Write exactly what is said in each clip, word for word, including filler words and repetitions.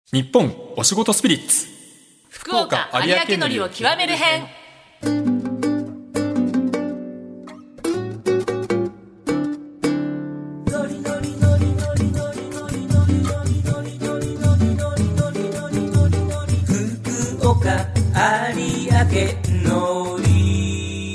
日本お仕事スピリッツ福岡有明のりを極める編。 福岡有明のり、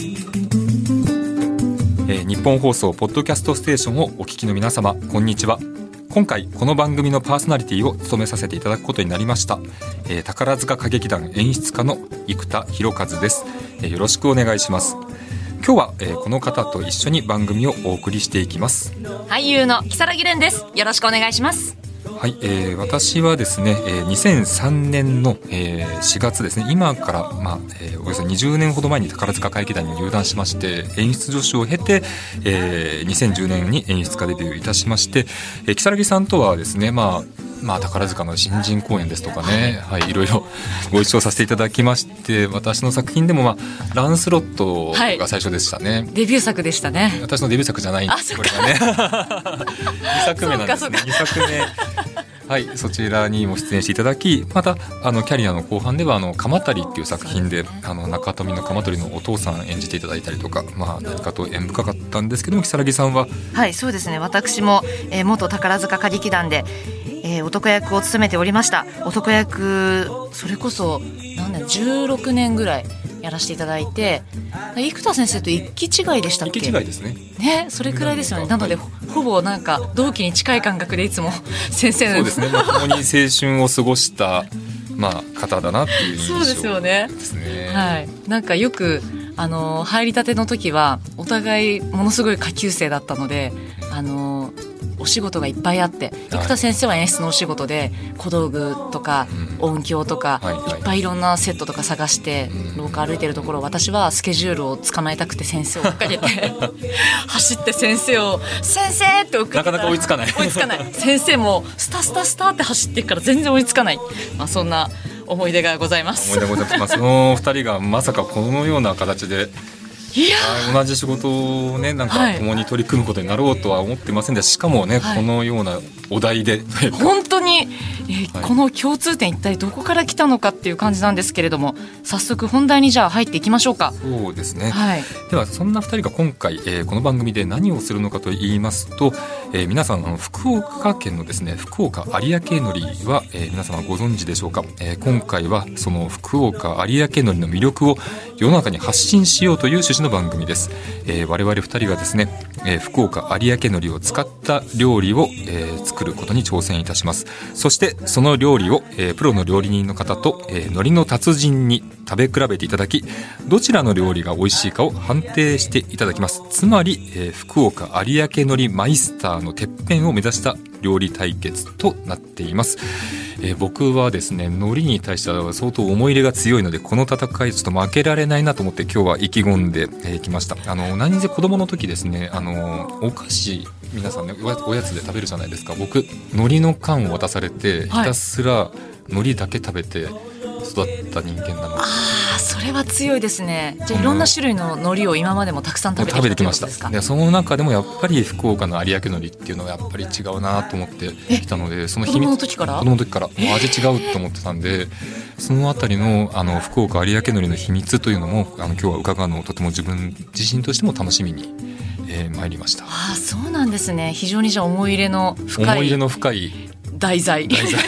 えー、日本放送ポッドキャストステーションをお聞きの皆様、こんにちは。今回この番組のパーソナリティを務めさせていただくことになりました、えー、宝塚歌劇団演出家の生田博和です、えー、よろしくお願いします。今日は、えー、この方と一緒に番組をお送りしていきます。 俳優の如月蓮です。よろしくお願いします。 はい、えー、私はですね、えー、にせんさんねんの、えー、しがつですね、今から、まあえー、およそにじゅうねんほど前に宝塚歌劇団に入団しまして、演出助手を経て、えー、にせんじゅうねんに演出家デビューいたしまして、えー、如月さんとはですね、まあまあ、宝塚の新人公演ですとかね、はい、いろいろご一緒させていただきまして、私の作品でも、まあ、ランスロットが最初でしたね、はい、 デビュー作でしたね。 私のデビュー作じゃないんです、これがねにさくめなんですね。にさくめはい、そちらにも出演していただき、またあのキャリアの後半ではあの鎌足っていう作品で、あの中富の鎌足のお父さん演じていただいたりとか、まあ、何かと縁深かったんですけども、如月さんは。 はい、そうですね、私も、えー、元宝塚歌劇団で、えー、男役を務めておりました。男役それこそ何年じゅうろくねんぐらいやらせていただいて、生田先生と一期違いでしたっけ。 一期違いですね。 ね、それくらいですよね。なので、はい、ほぼなんか同期に近い感覚でいつも先生のそうですね、まあ、共に青春を過ごした、まあ、方だなっていう印象ですね。 そうですよね、はい、なんかよくあの入りたての時はお互いものすごい下級生だったので、あのお仕事がいっぱいあって、生田先生は演出のお仕事で小道具とか音響とか、うん、いっぱいいろんなセットとか探して廊下歩いてるところ、私はスケジュールを捕まえたくて先生を追っかけて走って先生を先生って送ってたらなかなか追いつかない追いつかない先生もスタスタスタって走っていくから全然追いつかない、まあ、そんな思い出がございます。 思い出ございます。そのふたりがまさかこのような形でいや同じ仕事をね、なんか共に取り組むことになろうとは思ってませんでした。しかもね、はい、このようなお題で本当に、えーはい、この共通点一体どこから来たのかっていう感じなんですけれども、早速本題にじゃあ入っていきましょうか。 そうですね、 はい、 ではそんなふたりが今回、えー、この番組で何をするのかと言いますと、えー、皆さんあの福岡県のですね、福岡有明のりは、えー、皆様ご存知でしょうか。えー、今回はその福岡有明のりの魅力を世の中に発信しようという趣旨の番組です。えー、我々ふたりがですね、えー、福岡有明のりを使った料理を、えー、作ることに挑戦いたします。そしてその料理を、えー、プロの料理人の方と、えー、海苔の達人に食べ比べていただき、どちらの料理が美味しいかを判定していただきます。つまり、えー、福岡有明のりマイスターのてっぺんを目指した料理対決となっています。えー、僕はですね、海苔に対しては相当思い入れが強いので、この戦いちょっと負けられないなと思って今日は意気込んでき、えー、ました。あの何せ子供の時ですね、あのお菓子皆さんね、おやつで食べるじゃないですか。僕海苔の缶を渡されて、ひたすら海苔だけ食べて育った人間なので、 ああ、それは強いですね。じゃあいろんな種類の海苔を今までもたくさん食べてきたということですか。 食べてきました。でその中でもやっぱり福岡の有明海苔っていうのはやっぱり違うなと思ってきたので、その秘密、子供の時から子供の時からもう味違うと思ってたんで、そのあたりの、あの福岡有明海苔の秘密というのも、あの今日は伺うのをとても自分自身としても楽しみに、えー、参りました。 ああ、そうなんですね。非常にじゃあ思い入れの深い思い入れの深い題材題材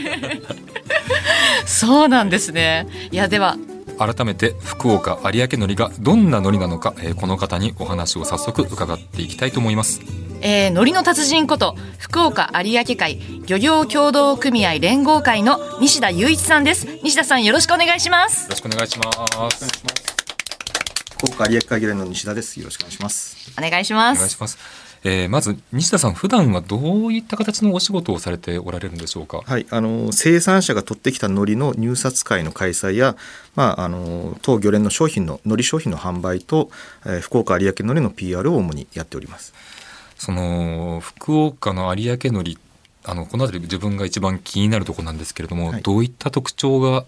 そうなんですね。いや、では改めて福岡有明海苔がどんな海苔なのか、えー、この方にお話を早速伺っていきたいと思います。 えー、海苔の達人こと福岡有明海漁業協同組合連合会の西田雄一さんです。西田さん、よろしくお願いします。 よろしくお願いします。 福岡有明海漁連の西田です。よろしくお願いします。 お願いします。 お願いします。えー、まず西田さん、普段はどういった形のお仕事をされておられるんでしょうか。 はい、あの生産者が取ってきた海苔の入札会の開催や、まあ、あの当漁連の商品の海苔商品の販売と、えー、福岡有明海苔の ピーアール を主にやっております。 その福岡の有明海苔、あのこの辺り自分が一番気になるところなんですけれども、はい、どういった特徴があっ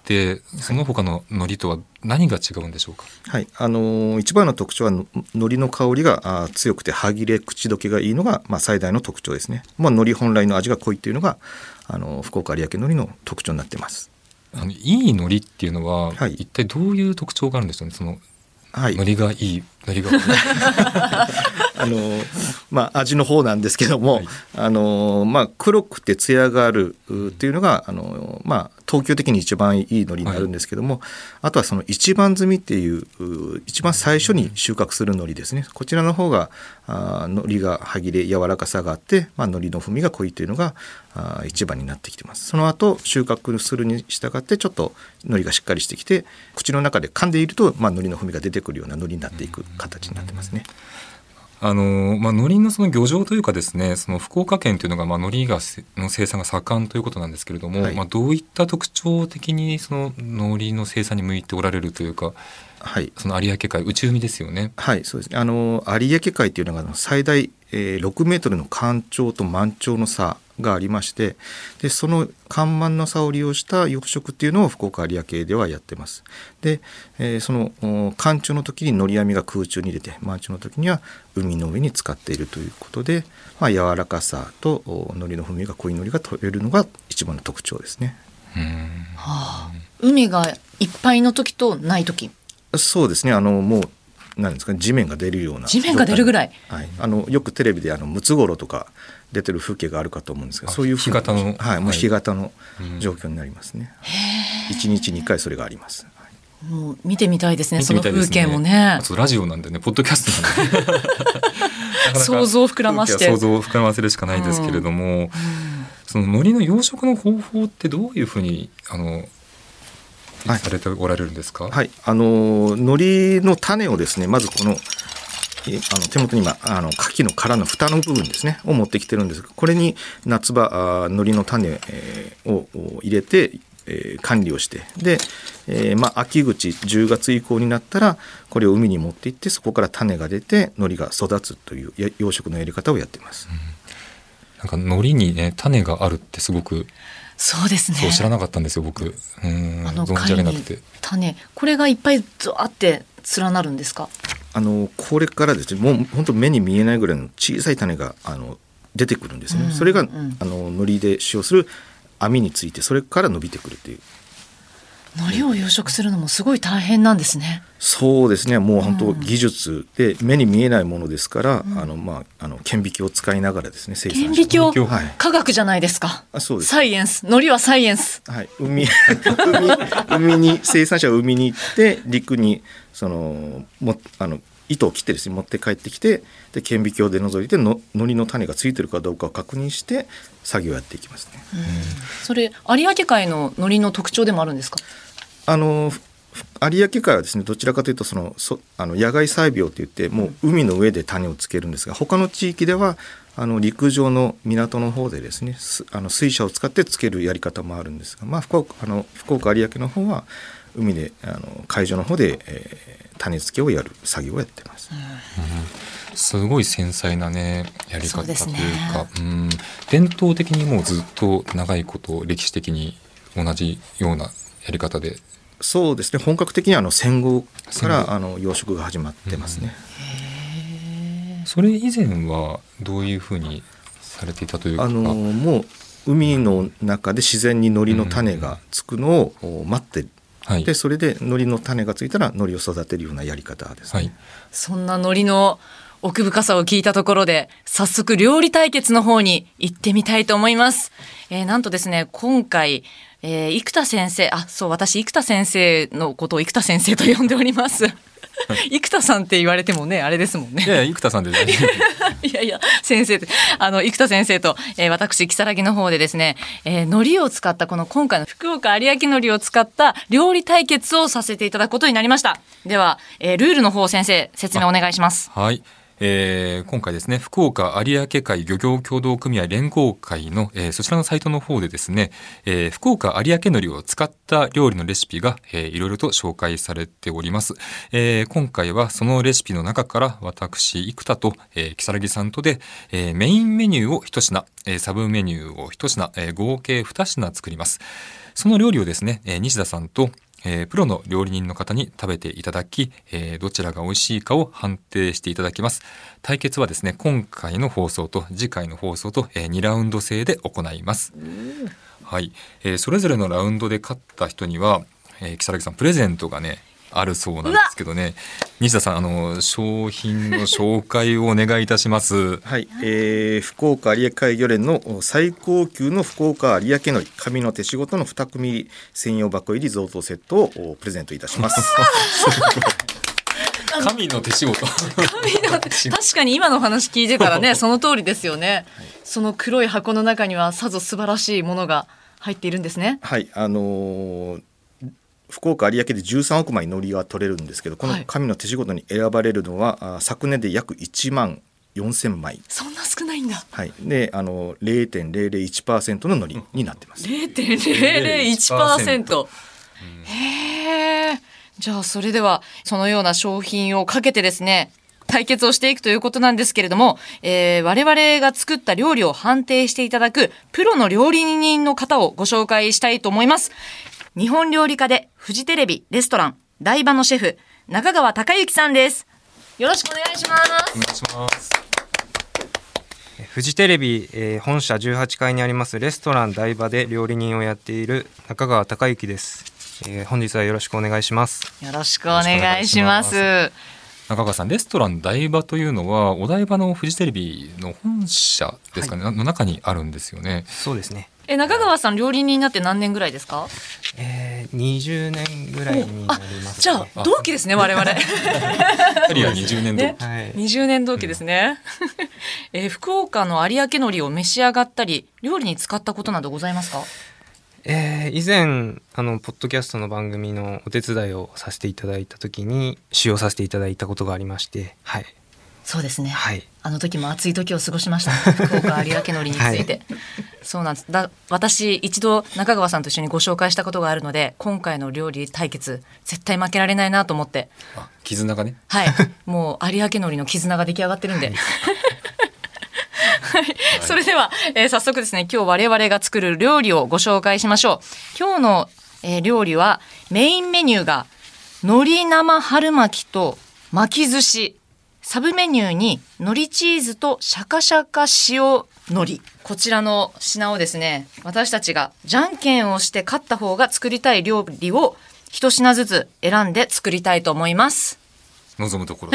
ってその他の海苔とは何が違うんでしょうか？ はい、あのー一番の特徴はの海苔の香りがあー強くて歯切れ口どけがいいのが、まあ、最大の特徴ですね。まあ、海苔本来の味が濃いというのがあのー福岡有明海苔の特徴になっています。 あのいい海苔っていうのは、 はい一体どういう特徴があるんでしょうね。そのはい海苔がいい海苔が悪いあのーまあ、味の方なんですけども、 はいあのーまあ、黒くて艶があるうっていうのが、あのーまあ、等級的に一番いい海苔になるんですけども、あとはその一番摘みっていうう一番最初に収穫する海苔ですね。こちらの方があー海苔が歯切れ柔らかさがあって、まあ、海苔の風味が濃いというのがあー一番になってきてます。その後収穫するに従ってちょっと海苔がしっかりしてきて、口の中で噛んでいると、まあ、海苔の風味が出てくるような海苔になっていく形になってますね。 あのまあ、海苔のその漁場というかですね、その福岡県というのが、まあ、海苔がせの生産が盛んということなんですけれども、 はいまあ、どういった特徴的にその海苔の生産に向いておられるというか、 はいその有明海内海ですよね。 はいそうですね。あの有明海というのがあの最大、えーろくメートルの干潮と満潮の差がありまして、でその干満の差を利用した養殖っていうのを福岡有明ではやってます。で、えーそのお干潮の時に海苔網が空中に出て、満潮の時には海の上に使っているということで、まあ、柔らかさとお海苔の風味が濃い海苔が取れるのが一番の特徴ですね。 うんはあ、海がいっぱいの時とない時。 そうですね。あのもうなんですか、地面が出るような地面が出るぐらい、 はい、あのよくテレビであのムツゴロウとか出てる風景があるかと思うんですが、 あそういう干潟のはい、もう干潟のうん状況になりますね。一日にかいそれがあります。はい、 もう見てみたいですね。 見てそのみたいですね風景もねあとラジオなんでね、ポッドキャストなんでなかなか想像を膨らまして想像を膨らませるしかないですけれども、その海苔の養殖の方法ってどういうふうにあのはいされておられるんですか？ はい、あの海苔の種をですね、まずこのえあの手元に今あの牡蠣の殻の蓋の部分ですねを持ってきてるんですが、これに夏場あ海苔の種、えーをを入れて、えー管理をして、で、えーまあ、秋口じゅうがつ以降になったらこれを海に持っていって、そこから種が出て海苔が育つというや養殖のやり方をやっています。 なんか海苔にね種があるってすごくそうですね。 そう知らなかったんですよ僕。うんあの存じ上げなくて。 種これがいっぱいゾワって連なるんですか？ あのこれからですね、もう本当目に見えないぐらいの小さい種があの出てくるんですね。 うんそれが、 うんあの海苔で使用する網について、それから伸びてくるという。 海苔を養殖するのもすごい大変なんですね。 そうですね、もう本うん当技術で目に見えないものですから、あのまああの顕微鏡を使いながらですね、生産して顕微鏡、 顕微はい科学じゃないですか。 あそうです。 サイエンス、海苔はサイエンス。 はい、海海海に生産者は海に行って陸にそのもあの糸を切ってですね持って帰ってきて、で顕微鏡で覗いての海苔の種がついてるかどうかを確認して作業をやっていきますね。 それ有明海の海苔の特徴でもあるんですか？ あのふ有明海はですね、どちらかというとそのそあの野外採苗といってもう海の上で種をつけるんですが、他の地域ではあの陸上の港の方でですねすあの水車を使ってつけるやり方もあるんですが、まあ、福岡あの福岡有明の方は海であの海上の方で、えー種付けをやる作業をやってます。 すごい繊細なねやり方というそうですねか、うん伝統的にもうずっと長いこと歴史的に同じようなやり方で。 そうですね、本格的にはあの戦後か戦後らあの養殖が始まってますね。 それ以前はどういうふうにされていたというか。 あのもう海の中で自然に海苔の種がつくのを待って、 はいでそれで海苔の種がついたら海苔を育てるようなやり方ですね。 はい、 そんな海苔の奥深さを聞いたところで、早速料理対決の方に行ってみたいと思います。えーなんとですね、今回、えー生田先生、あ、そう、私、生田先生のことを生田先生と呼んでおります。生田さんって言われてもね、あれですもんね。 いやいや生田さんで大丈夫いやいや、先生って、あの、生田先生と、えー私、木更木の方でですね、えー海苔を使った、この今回の福岡有明海苔を使った料理対決をさせていただくことになりました。では、えールールの方、先生、説明お願いします。 はい、 えー、今回ですね、福岡有明海漁業協同組合連合会の、えー、そちらのサイトの方でですね、えー、福岡有明海苔を使った料理のレシピが、えー、いろいろと紹介されております。えー、今回はそのレシピの中から私生田と、えー、如月さんとで、えー、メインメニューを一品、えー、サブメニューを一品、えー、合計二品作ります。その料理をですね、えー、西田さんとえー、プロの料理人の方に食べていただき、えー、どちらが美味しいかを判定していただきます。対決はですね、今回の放送と次回の放送と、えー、にラウンド制で行います。はい、えー、それぞれのラウンドで勝った人には、えー、如月さんプレゼントがねあるそうなんですけどね、西田さん、あの商品の紹介をお願いいたします。 はい、えー、福岡有明海漁連の最高級の福岡有明海苔紙の手仕事のに組専用箱入り贈答セットをプレゼントいたします。 神の手仕事神の手確かに今の話聞いてたらねその通りですよね、はい、その黒い箱の中にはさぞ素晴らしいものが入っているんですね。 はい、あのー福岡有明でじゅうさんおくまい海苔は取れるんですけど、この紙の手仕事に選ばれるのは、はい、昨年で約いちまんよんせんまい。 そんな少ないんだ。 はい、であの ゼロてんゼロゼロいちパーセント の海苔になってます。 ゼロてんゼロゼロいちパーセント、うん、へー。じゃあそれではそのような商品をかけてですね対決をしていくということなんですけれども、えー、我々が作った料理を判定していただくプロの料理人の方をご紹介したいと思います。日本料理家でフジテレビレストラン台場のシェフ中川孝之さんです。よろしくお願いします。 お願いします。 フジテレビ、えー、本社じゅうはちかいにありますレストラン台場で料理人をやっている中川孝之です。えー、本日はよろしくお願いします。 よろしくお願いします。 中川さん、レストラン台場というのはお台場のフジテレビの本社ですかね、はい、の中にあるんですよね。 そうですね。 え中川さん料理人になって何年ぐらいですか？ えー、にじゅうねんぐらいになります、ね、 じゃあ同期ですね我々。 キャリアにじゅうねん同期、 ねはい、にじゅうねん同期ですね。えー、福岡の有明海苔を召し上がったり料理に使ったことなどございますか？ えー、以前あのポッドキャストの番組のお手伝いをさせていただいた時に使用させていただいたことがありまして、はい、 そうですね、 はい、 あの時も暑い時を過ごしました福岡有明海苔について、はい、そうなんです。だ私一度中川さんと一緒にご紹介したことがあるので今回の料理対決絶対負けられないなと思って。 あ、絆がね、 はい、もう有明海苔の絆が出来上がってるんで、はいはい、それでは、えー、早速ですね今日我々が作る料理をご紹介しましょう。今日の、えー、料理はメインメニューが海苔生春巻きと巻き寿司、サブメニューに海苔チーズとシャカシャカ塩海苔、こちらの品をですね私たちがじゃんけんをして勝った方が作りたい料理を一品ずつ選んで作りたいと思います。 望むところ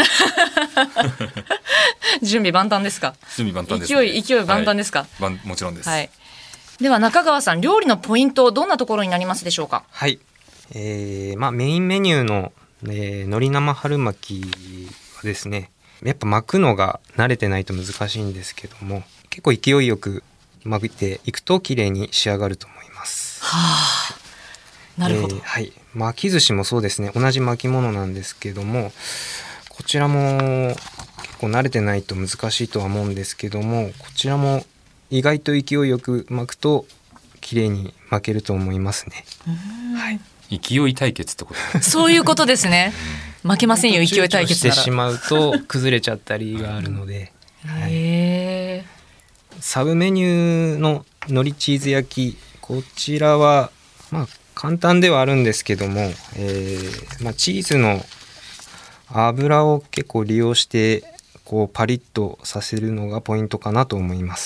準備万端ですか？ 準備万端です、ね、 勢い勢い万端ですか？ はい、もちろんです、 はい、では中川さん料理のポイントどんなところになりますでしょうか？ はい、えーまあ、メインメニューの、えー、海苔生春巻きはですねやっぱ巻くのが慣れてないと難しいんですけども結構勢いよく巻いていくと綺麗に仕上がると思います。 はあ、なるほど、えーはい、巻き寿司もそうですね同じ巻き物なんですけどもこちらも結構慣れてないと難しいとは思うんですけどもこちらも意外と勢いよく巻くと綺麗に巻けると思いますね。 はい、勢い対決ってことそういうことですね。負けませんよ勢い対決なら。 してしまうと崩れちゃったりがあるので、はい、 へー。 サブメニューの海苔チーズ焼きこちらはまあ簡単ではあるんですけども、えーまあ、チーズの油を結構利用してこうパリッとさせるのがポイントかなと思います。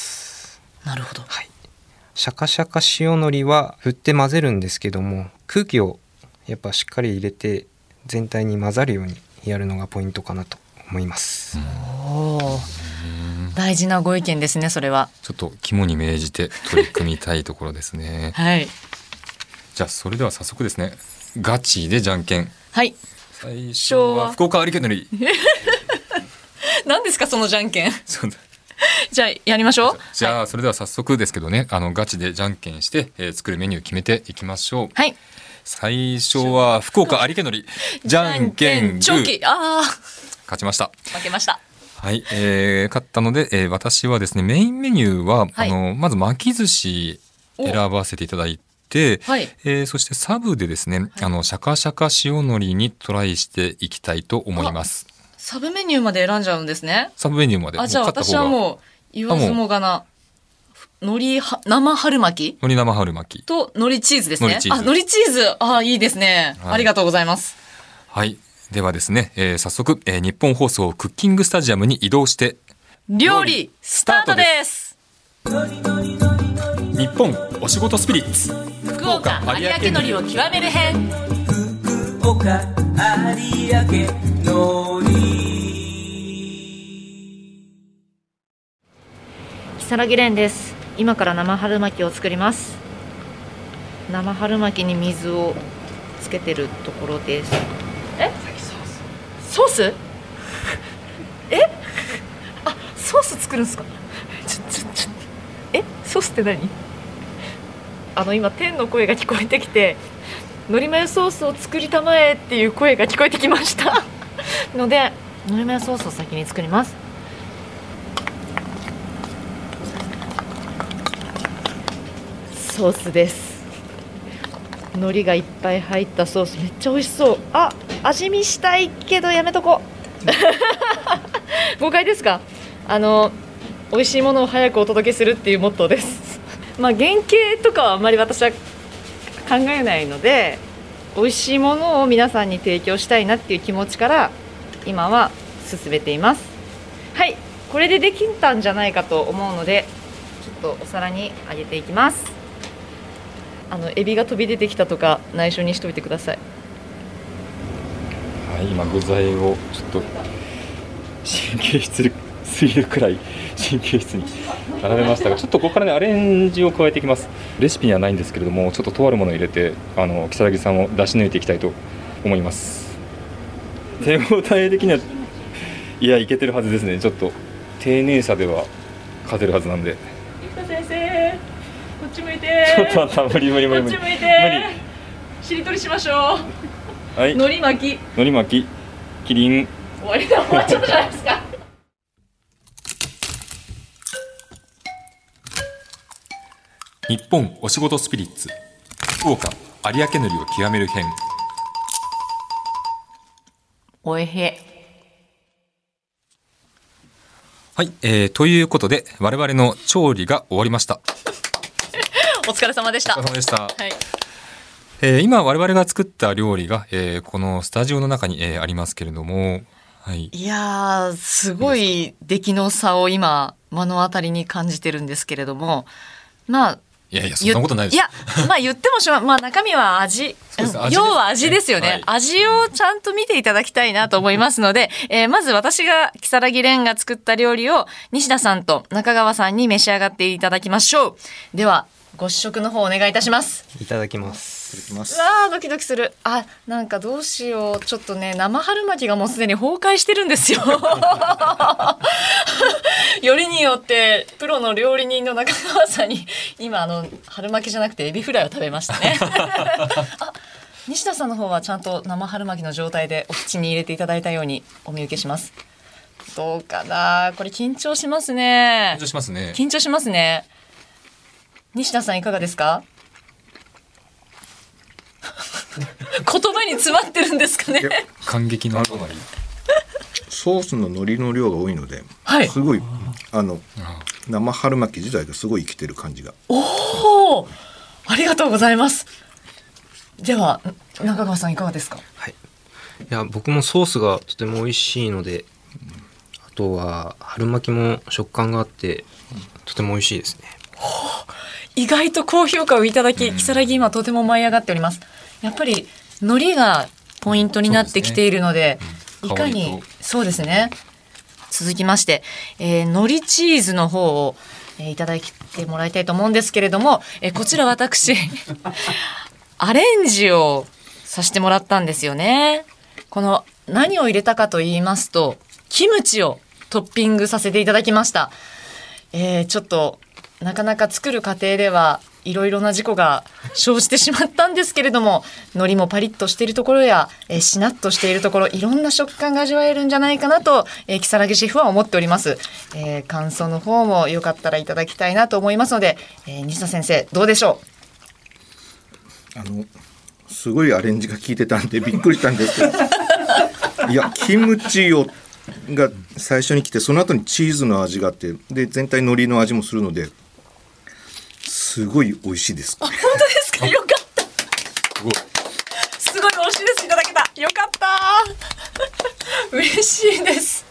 なるほど、 はい、シャカシャカ塩のりは振って混ぜるんですけども空気をやっぱしっかり入れて全体に混ざるようにやるのがポイントかなと思います。 おー、大事なご意見ですね。それはちょっと肝に銘じて取り組みたいところですね。 はい、 じゃあそれでは早速ですねガチでじゃんけん。 はい、 最初は福岡有明海苔何ですかそのじゃんけんそうだじゃあやりましょう。 じゃあそれでは早速ですけどねあのガチでじゃんけんして、えー、作るメニュー決めていきましょう。 はい、 最初は福岡有明海苔じゃんけんグー。 チョキ。あー勝ちました。 負けました。 はい、えー、勝ったので、えー、私はですねメインメニューは、 はい、 あのまず巻き寿司選ばせていただいて、 はいえー、そしてサブでですね、はい、あのシャカシャカ塩のりにトライしていきたいと思います。 サブメニューまで選んじゃうんですね。 サブメニューまで。 あ、じゃあ私はもう言わずもがな海苔は生春巻き海苔生春巻きと海苔チーズですね。 海苔チーズ、 あ、海苔チーズ、あ、いいですね、はい、ありがとうございます。 はい、ではですね、えー、早速、えー、日本放送クッキングスタジアムに移動して料理スタートです。 日本お仕事スピリッツ福岡有明のりを極める編。 福岡有明のり。 如月蓮です。今から生春巻きを作ります。生春巻きに水をつけてるところです。え、ソースえあ、ソース作るんですか。ちょちょちょえ、ソースって何。あの今天の声が聞こえてきて、のりマヨソースを作りたまえっていう声が聞こえてきましたのでのりマヨソースを先に作ります。ソースです。海苔がいっぱい入ったソース、めっちゃ美味しそう。あ、味見したいけどやめとこ誤解ですか。あの美味しいものを早くお届けするっていうモットーですまあ原型とかはあんまり私は考えないので、美味しいものを皆さんに提供したいなっていう気持ちから今は進めています。はい、これでできたんじゃないかと思うので、ちょっとお皿にあげていきます。あのエビが飛び出てきたとか内緒にしといてください。 はい、今具材をちょっと神経質すぎるくらい神経質に並べましたが、ちょっとここからねアレンジを加えていきます。レシピにはないんですけれども、ちょっととあるものを入れて、あの如月さんを出し抜いていきたいと思います。手応え的にはいやいけてるはずですね。ちょっと丁寧さでは勝てるはずなんで。 生田先生、こっち向いて。 ちょっと待った、無理無理無理無理。 こっち向いて。無理。しりとりしましょう。 はい。 海苔巻き。 海苔巻き。キリン。 終わりだ、終わっちゃったじゃないですか。 日本お仕事スピリッツ福岡有明のりを極める編。 おいへ。 はい、えー、ということで我々の調理が終わりましたお疲れ様でした。 お疲れ様でした、 はい。 えー、今我々が作った料理が、えー、このスタジオの中に、えー、ありますけれども、はい、 いやーすごい出来の差を今目の当たりに感じてるんですけれども、まあいやいやそんなことないです。 いやまあ言ってもしょう、まあ中身は味、味要は味ですよね、はい、味をちゃんと見ていただきたいなと思いますので、えー、まず私が如月蓮が作った料理を西田さんと中川さんに召し上がっていただきましょう。ではご試食の方お願いいたします。 いただきます。 うわードキドキする。あ、なんかどうしよう、ちょっとね生春巻きがもうすでに崩壊してるんですよよりによってプロの料理人の中川さんに今あの春巻きじゃなくてエビフライを食べましたねあ、西田さんの方はちゃんと生春巻きの状態でお口に入れていただいたようにお見受けします。どうかな、これ緊張しますね。 緊張しますね。 緊張しますね。西田さんいかがですか言葉に詰まってるんですかね。 感激のソースの海苔の量が多いので、はい、すごいあの生春巻き自体がすごい生きてる感じが。 おお、ありがとうございます。では中川さんいかがですか。 はい、いや僕もソースがとても美味しいので、あとは春巻きも食感があってとても美味しいですね。 意外と高評価をいただき、如月今とても舞い上がっております。やっぱり海苔がポイントになってきているので、いかにそうですね。続きまして、えー、海苔チーズの方を、えー、いただいてもらいたいと思うんですけれども、えー、こちら私アレンジをさせてもらったんですよね。この何を入れたかと言いますと、キムチをトッピングさせていただきました。えー、ちょっとなかなか作る過程ではいろいろな事故が生じてしまったんですけれども、海苔もパリッとしているところや、えー、しなっとしているところ、いろんな食感が味わえるんじゃないかなと、えー、木更木シェフは思っております。えー、感想の方もよかったらいただきたいなと思いますので、えー、西田先生どうでしょあのすごいアレンジが効いてたんでびっくりしたんですけどいやキムチをが最初に来て、その後にチーズの味があって、で全体海苔の味もするのですごい美味しいです。 う。本当ですか。よかった。 すごい。 すごい美味しいです。いただけた。よかった嬉しいです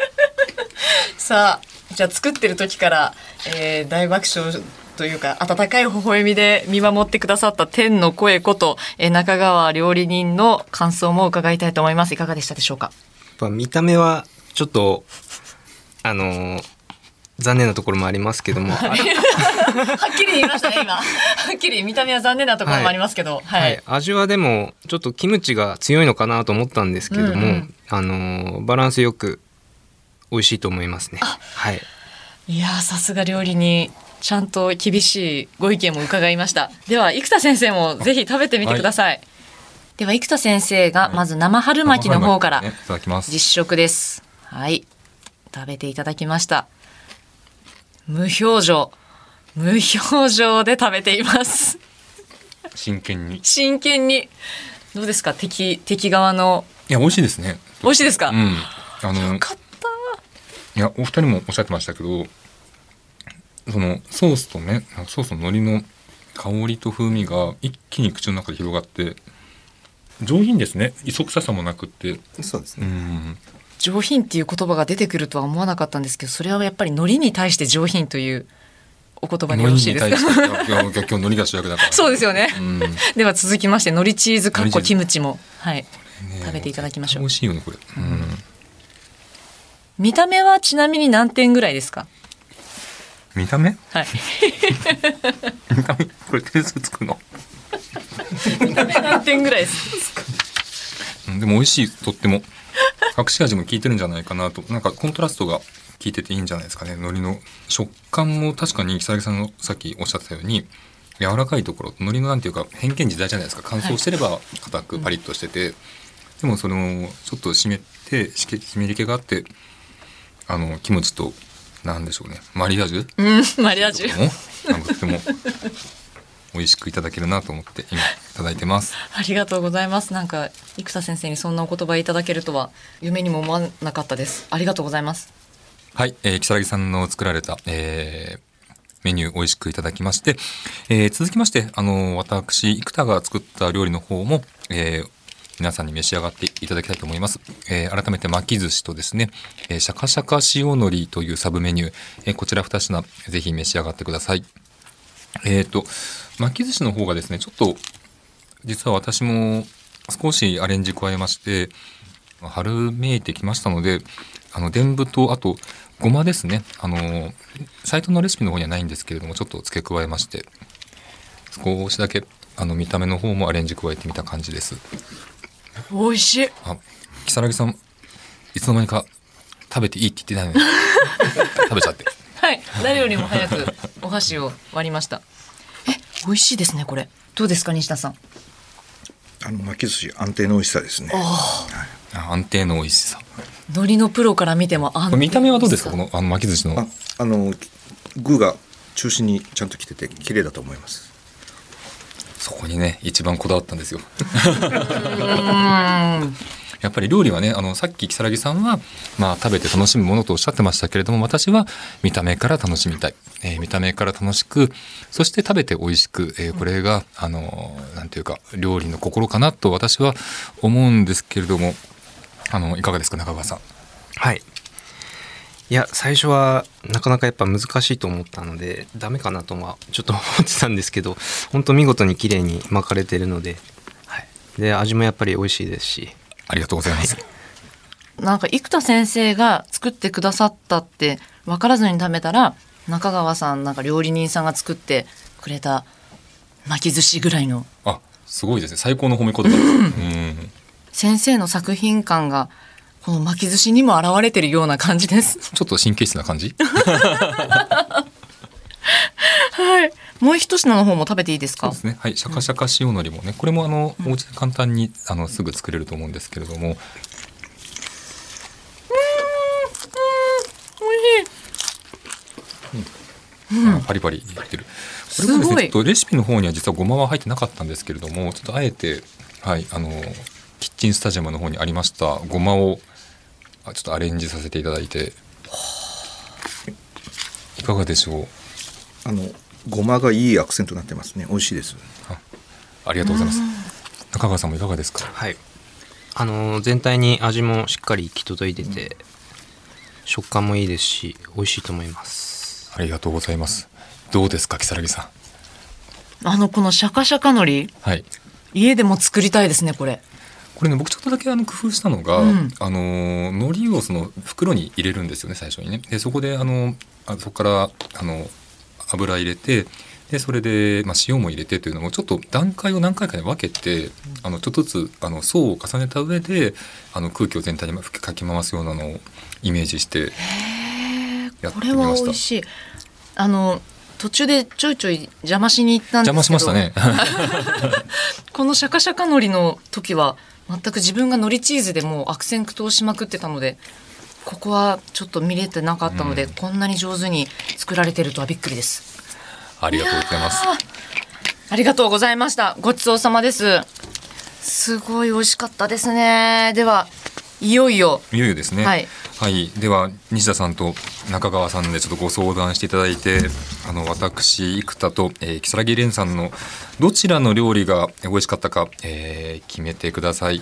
さあ、じゃあ作ってる時から、えー、大爆笑というか温かい微笑みで見守ってくださった天の声こと、えー、中川料理人の感想も伺いたいと思います。いかがでしたでしょうか。 やっぱ見た目はちょっとあのー、残念なところもありますけどもはっきり言いましたね今はっきり見た目は残念なところもありますけど、はいはいはい、味はでもちょっとキムチが強いのかなと思ったんですけども、うんうん、あのー、バランスよく美味しいと思いますね。はい、 いやさすが料理人、ちゃんと厳しいご意見も伺いました。では生田先生もぜひ食べてみてください。はい、では生田先生がまず生春巻きの方から実食です。はい、食べていただきました。無表情無表情で食べています真剣に真剣に。どうですか、敵敵側の。 いや美味しいですね。 美味しいですか。 うん、あのよかった。 いやお二人もおっしゃってましたけど、そのソースとね、ソースの海苔の香りと風味が一気に口の中で広がって上品ですね。磯臭さもなくって。 そうですね。 うん、 上品っていう言葉が出てくるとは思わなかったんですけど、それはやっぱり海苔に対して上品というお言葉でよろしいですか。 海苔に対して今日海苔が主役だから、ね、 そうですよね、うん、では続きまして海苔チーズかっこキムチも、はい、 ね、 食べていただきましょう。 美味しいよねこれ、うん、 見た目はちなみに何点ぐらいですか。 見た目、 はい見た目これ点数つくの見た目何点ぐらいですか。 でも美味しい、とっても隠し味も効いてるんじゃないかなと。なんかコントラストが効いてていいんじゃないですかね。海苔の食感も確かに如月さんのさっきおっしゃってたように柔らかいところ、海苔のなんていうか変幻自在じゃないですか。乾燥してれば硬くパリッとしてて、はい、でもそのちょっと湿って湿り気があって、あのキムチとなんでしょうね、マリアージュ、 うん、マリアージュもとっても美味しくいただけるなと思って今いただいてます。 ありがとうございます。なんか生田先生にそんなお言葉いただけるとは夢にも思わなかったです。ありがとうございます。 はい、えー、如月さんの作られた、えー、メニュー美味しくいただきまして、えー、続きましてあの私生田が作った料理の方も、えー、皆さんに召し上がっていただきたいと思います。えー、改めて巻き寿司とですね、えー、シャカシャカ塩海苔というサブメニュー、えー、こちらに品ぜひ召し上がってください。えーと巻き寿司の方がですね、ちょっと実は私も少しアレンジ加えまして春めいてきましたので、あの伝舞とあとごまですね、あのサイトのレシピの方にはないんですけれどもちょっと付け加えまして少しだけあの見た目の方もアレンジ加えてみた感じです。 美味しい。 あ、如月さんいつの間にか食べていいって言ってないのに食べちゃってはい誰よりも早くお箸を割りました。え、美味しいですねこれ。どうですか西田さん。 あの巻き寿司安定の美味しさですね。 ああ、安定の美味しさ。 海苔のプロから見ても安定。 見た目はどうですかこのあの巻き寿司の。 あ、あの具が中心にちゃんときてて綺麗だと思います。 そこにね一番こだわったんですようんやっぱり料理はね、あのさっき如月さんは、まあ、食べて楽しむものとおっしゃってましたけれども、私は見た目から楽しみたい、えー、見た目から楽しく、そして食べて美味しく、えー、これがあのなんていうか料理の心かなと私は思うんですけれども、あのいかがですか中川さん。 はい、いや最初はなかなかやっぱ難しいと思ったのでダメかなとはちょっと思ってたんですけど、本当見事に綺麗に巻かれてるので、はい、で味もやっぱり美味しいですし。 ありがとうございます。 なんか生田先生が作ってくださったって分からずに食べたら、中川さんなんか料理人さんが作ってくれた巻き寿司ぐらいの。 あ、すごいですね。最高の褒め言葉です、うん、 先生の作品感がこの巻き寿司にも表れてるような感じです。 ちょっと神経質な感じはい。もう一品の方も食べていいですか？ そうですね。はい。シャカシャカ塩のりもね、これもあの、お家で簡単にあのすぐ作れると思うんですけれども。うん、パリパリいってる。これもですね、ちょっとレシピの方には実はごまは入ってなかったんですけれども、ちょっとあえて、はい、あのキッチンスタジアムの方にありましたごまをちょっとアレンジさせていただいて、いかがでしょう？ あのごまがいいアクセントになってますね。美味しいです。 あ、ありがとうございます。中川さんもいかがですか？ はい。あの全体に味もしっかり行き届いてて、うん、食感もいいですし美味しいと思います。 ありがとうございます。どうですか、如月さん。あのこのシャカシャカ海苔、 はい、 家でも作りたいですね。これこれね、僕ちょっとだけあの工夫したのが、うん、あの海苔をその袋に入れるんですよね、最初にね。でそこであのあそこからあの油入れて、でそれで、まあ、塩も入れてというのもちょっと段階を何回かに分けて、あのちょっとずつあの層を重ねた上であの空気を全体にかき回すようなのをイメージしてやってみました。 これは美味しい。あの途中でちょいちょい邪魔しに行ったんですけど、 邪魔しましたねこのシャカシャカ海苔の時は全く自分が海苔チーズでもうアクセントをしまくってたので、ここはちょっと見れてなかったので、うん、こんなに上手に作られてるとはびっくりです。 ありがとうございます。 ありがとうございました。ごちそうさまです。すごい美味しかったですね。ではいよいよいよいよですね。はい、はい、では西田さんと中川さんでちょっとご相談していただいて、あの私生田と、えー、如月蓮さんのどちらの料理が美味しかったか、えー、決めてください。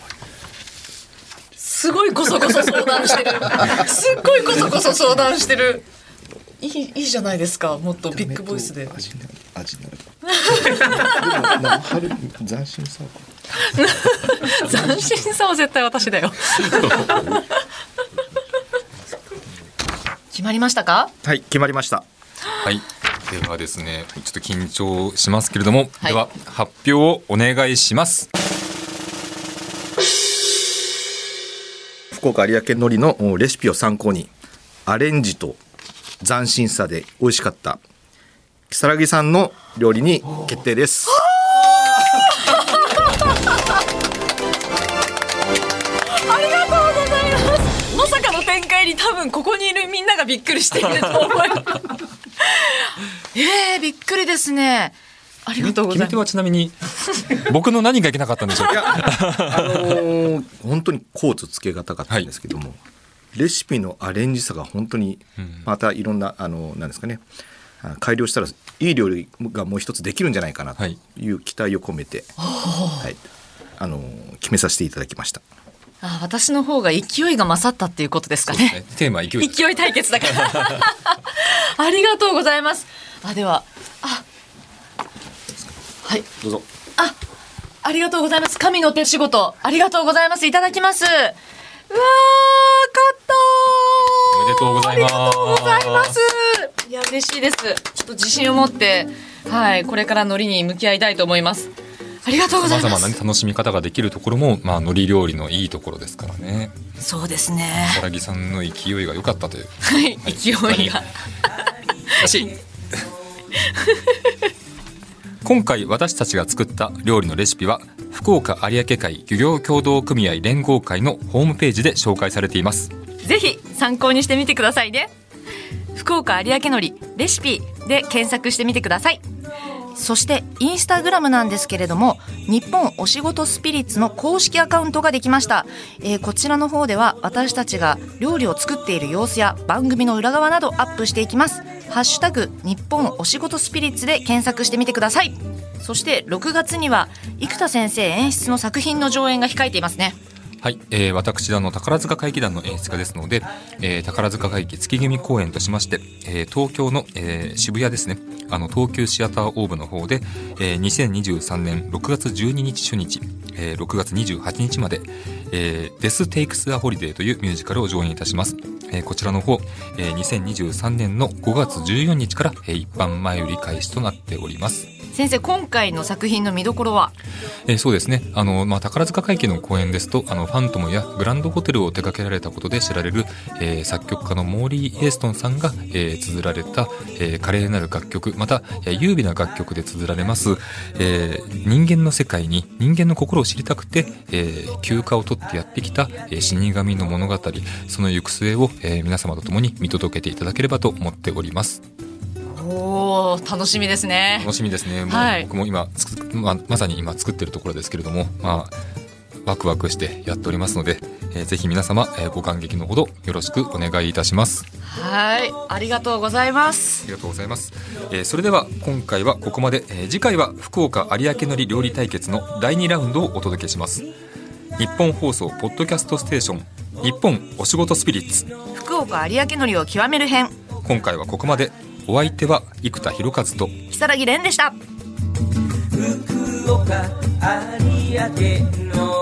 すごいこそこそ相談してるすっごいこそこそ相談してる。いい、いいじゃないですか。もっとビッグボイスで。 味になる。味になる。でも春斬新さ。 斬新さは絶対私だよ。決まりましたか？ はい、決まりました。 はい。ではですね、ちょっと緊張しますけれども、はい、では発表をお願いします。 福岡有明海苔のレシピを参考にアレンジと斬新さで美味しかった如月さんの料理に決定です。 ありがとうございます。まさかの展開に多分ここにいるみんながびっくりしていると思いますえー、びっくりですね。ありがとうございます。 決め手はちなみに僕の何がいけなかったんでしょうか。 いや、あのー、本当にコーツつけがたかったんですけども、はい、レシピのアレンジさが本当にまたいろんな、あのなんですかね、改良したらいい料理がもう一つできるんじゃないかなという期待を込めて、はいはい、あの決めさせていただきました。 あ、私の方が勢いが勝ったっていうことですか ね, そうですね。テーマは勢いです。 勢い対決だからありがとうございます。あ、ではあはい、 どうぞ。 あ、ありがとうございます。神の手仕事ありがとうございます。いただきます。うわー、勝ったー。 おめでとうございます。 ありがとうございます。いや、嬉しいです。ちょっと自信を持って、はい、これから海苔に向き合いたいと思います。ありがとうございます。 様々な、ね、楽しみ方ができるところも、まあ、海苔料理のいいところですからね。 そうですね。 如月さんの勢いが良かったという。 はい、はい、勢いが。 今回私たちが作った料理のレシピは福岡有明海漁業協同組合連合会のホームページで紹介されています。 ぜひ参考にしてみてくださいね。福岡有明海苔レシピで検索してみてください。そしてインスタグラムなんですけれども、日本お仕事スピリッツの公式アカウントができました、えー、こちらの方では私たちが料理を作っている様子や番組の裏側などアップしていきます。ハッシュタグ日本お仕事スピリッツで検索してみてください。そしてろくがつには生田先生演出の作品の上演が控えていますね。 はい、えー、私団の宝塚会議団の演出家ですので、えー、宝塚会議月組公演としまして、えー、東京の、えー、渋谷ですね、あの東急シアターオーブの方で、えー、にせんにじゅうさんねんろくがつじゅうににち初日、えー、ろくがつにじゅうはちにちまで、えー、Death Takes a Holiday というミュージカルを上演いたします。えー、こちらの方、えー、にせんにじゅうさんねんのごがつじゅうよっかから、えー、一般前売り開始となっております。 先生、今回の作品の見どころは？ えー、そうですね。あの、まあ、宝塚会期の公演ですと、あの、ファントムやグランドホテルを手掛けられたことで知られる、えー、作曲家のモーリー・エイストンさんが、えー、綴られた、えー、華麗なる楽曲、また、えー、優美な楽曲で綴られます、えー、人間の世界に人間の心を知りたくて、えー、休暇を取ってやってきた、えー、死神の物語、その行く末を、えー、皆様と共に見届けていただければと思っております。 おー、楽しみですね。 楽しみですね。もう、はい、僕も今つく、まあ、まさに今作っているところですけれども、まあ、ワクワクしてやっておりますので、えー、ぜひ皆様、えー、ご感激のほどよろしくお願いいたします。 はい、ありがとうございます。 ありがとうございます。えー、それでは今回はここまで、えー、次回は福岡有明のり料理対決のだいにラウンドをお届けします。日本放送ポッドキャストステーション日本お仕事スピリッツ福岡有明のりを極める編、 今回はここまで。お相手は生田博和と如月蓮でした。 福岡有明の